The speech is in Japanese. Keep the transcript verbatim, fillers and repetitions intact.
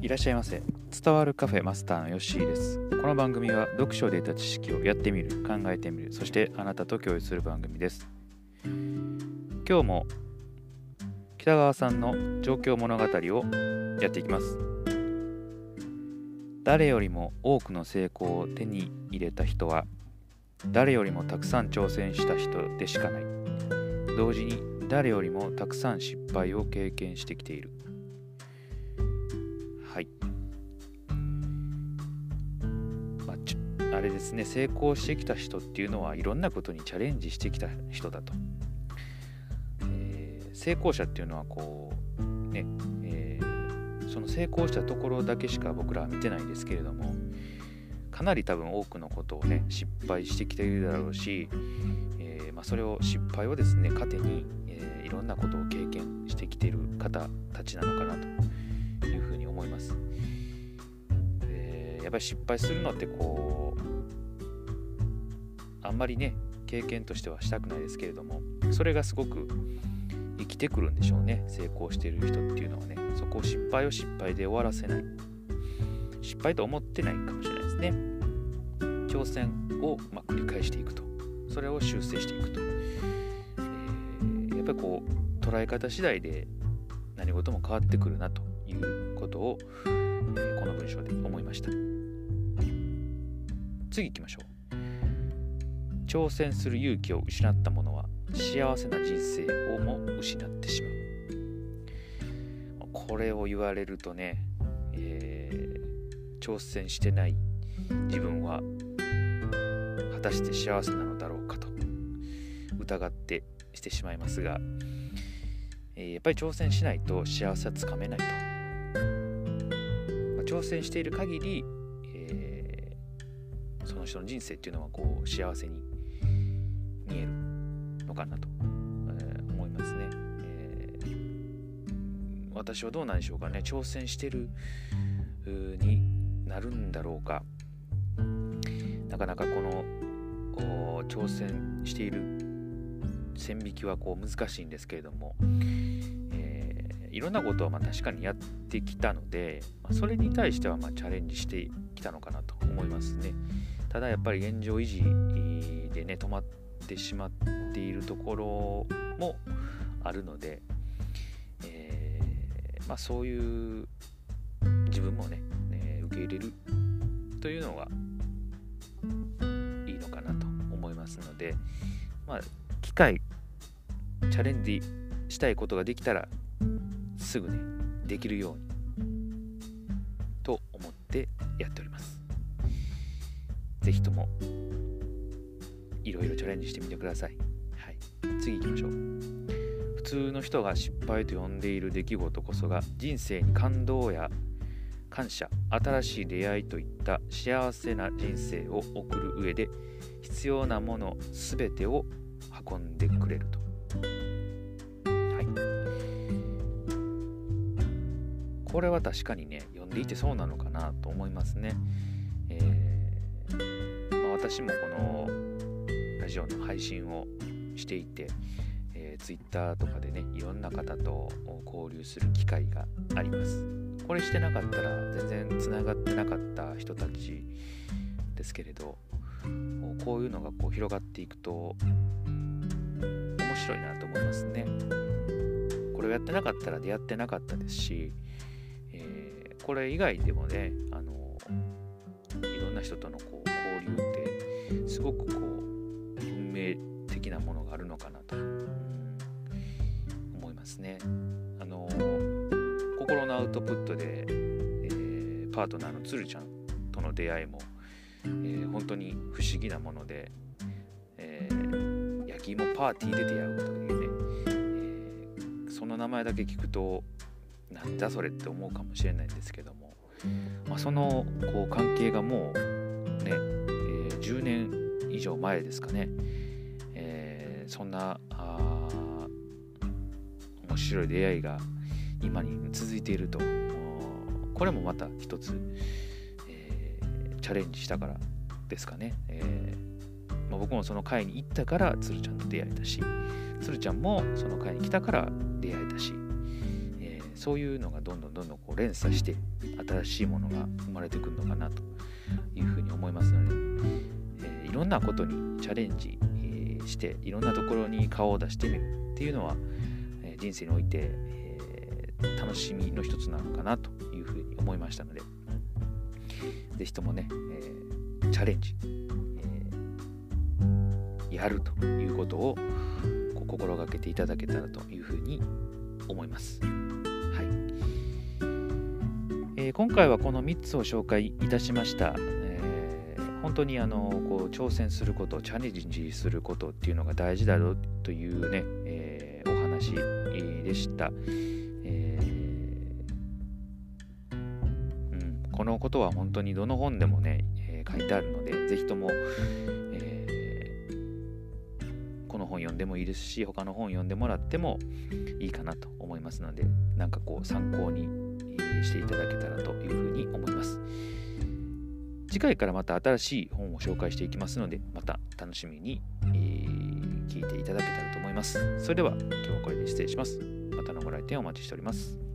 らっしゃいませ。伝わるカフェマスターのヨッシーです。この番組は読書で得た知識をやってみる、考えてみる、そしてあなたと共有する番組です。今日も北川さんの状況物語をやっていきます。誰よりも多くの成功を手に入れた人は誰よりもたくさん挑戦した人でしかない。同時に誰よりもたくさん失敗を経験してきている。はい、まあ、ちょあれですね、成功してきた人っていうのはいろんなことにチャレンジしてきた人だと、えー、成功者っていうのはこうね、えー、その成功したところだけしか僕らは見てないですけれども、かなり多分多くのことをね失敗してきているだろうし、えーまあ、それを失敗をですね糧に、えー、いろんなことを経験してきている方たちなのかなというふうに思います。えー、やっぱり失敗するのってこうあんまりね経験としてはしたくないですけれども、それがすごく生きてくるんでしょうね。成功している人っていうのはね、そこを失敗を失敗で終わらせない、失敗と思ってないかもしれないですね。挑戦を、まあ、繰り返していくと、それを修正していくと、えー、やっぱりこう捉え方次第で何事も変わってくるなということを、えー、この文章で思いました。次行きましょう。挑戦する勇気を失った者は幸せな人生をも失ってしまう。これを言われるとね、えー、挑戦してない自分は果たして幸せなのだろうかと疑ってしてしまいますが、えー、やっぱり挑戦しないと幸せはつかめないと、まあ、挑戦している限り、えー、その人の人生っていうのはこう幸せに見えるのかなと、えー、思いますね。えー、私はどうなんでしょうかね。挑戦してるになるんだろうか。なかなかこの挑戦している線引きはこう難しいんですけれども、えー、いろんなことはまあ確かにやってきたので、まあ、それに対してはまあチャレンジしてきたのかなと思いますね。ただやっぱり現状維持でね止まってしまっているところもあるので、えーまあ、そういう自分もね、ね受け入れるというのがいいのかなと思いますので、まあ機会チャレンジしたいことができたらすぐねできるようにと思ってやっております。ぜひともいろいろチャレンジしてみてください。はい、次行きましょう。普通の人が失敗と呼んでいる出来事こそが人生に感動や感謝、新しい出会いといった幸せな人生を送る上で必要なものすべてを運んでくれると。はい。これは確かにね、読んでいてそうなのかなと思いますね。えーまあ、私もこのラジオの配信をしていて、えー、Twitter とかでね、いろんな方と交流する機会があります。これしてなかったら全然つながってなかった人たちですけれど、こういうのがこう広がっていくと面白いなと思いますね。これをやってなかったら出会ってなかったですし、えー、これ以外でもね、あのいろんな人とのこう交流ってすごくこう運命的なものがあるのかなと、うん、思いますね。あの心のアウトプットで、えー、パートナーのつるちゃんとの出会いも、えー、本当に不思議なもので、えー、焼き芋パーティーで出会うというね、えー、その名前だけ聞くとなんだそれって思うかもしれないんですけども、まあ、そのこう関係がもうね、えー、じゅうねん以上前ですかね、えー、そんなあ面白い出会いが今に続いていると、これもまた一つ、えー、チャレンジしたからですかね。えーまあ、僕もその会に行ったからつるちゃんと出会えたし、つるちゃんもその会に来たから出会えたし、えー、 そういうのがどんどんどんどんこう連鎖して新しいものが生まれてくるのかなというふうに思いますので、えー、いろんなことにチャレンジ、えー、していろんなところに顔を出してみるっていうのは、えー、人生において、えー、楽しみの一つなのかなというふうに思いましたので、ぜひともね、えー、チャレンジ、えー、やるということをこう心がけていただけたらというふうに思います。はい。えー、今回はこのみっつを紹介いたしました。えー、本当にあのこう挑戦すること、チャレンジすることっていうのが大事だろうというね、えー、お話でした。えーうん、このことは本当にどの本でもね、えー、書いてあるので、ぜひとも、えー、この本読んでもいいですし、他の本読んでもらってもいいかなと思いますので、なんかこう参考にしていただけたらというふうに思います。次回からまた新しい本を紹介していきますので、また楽しみに、えー、聞いていただけたらと思います。それでは今日はこれで失礼します。またのご来店お待ちしております。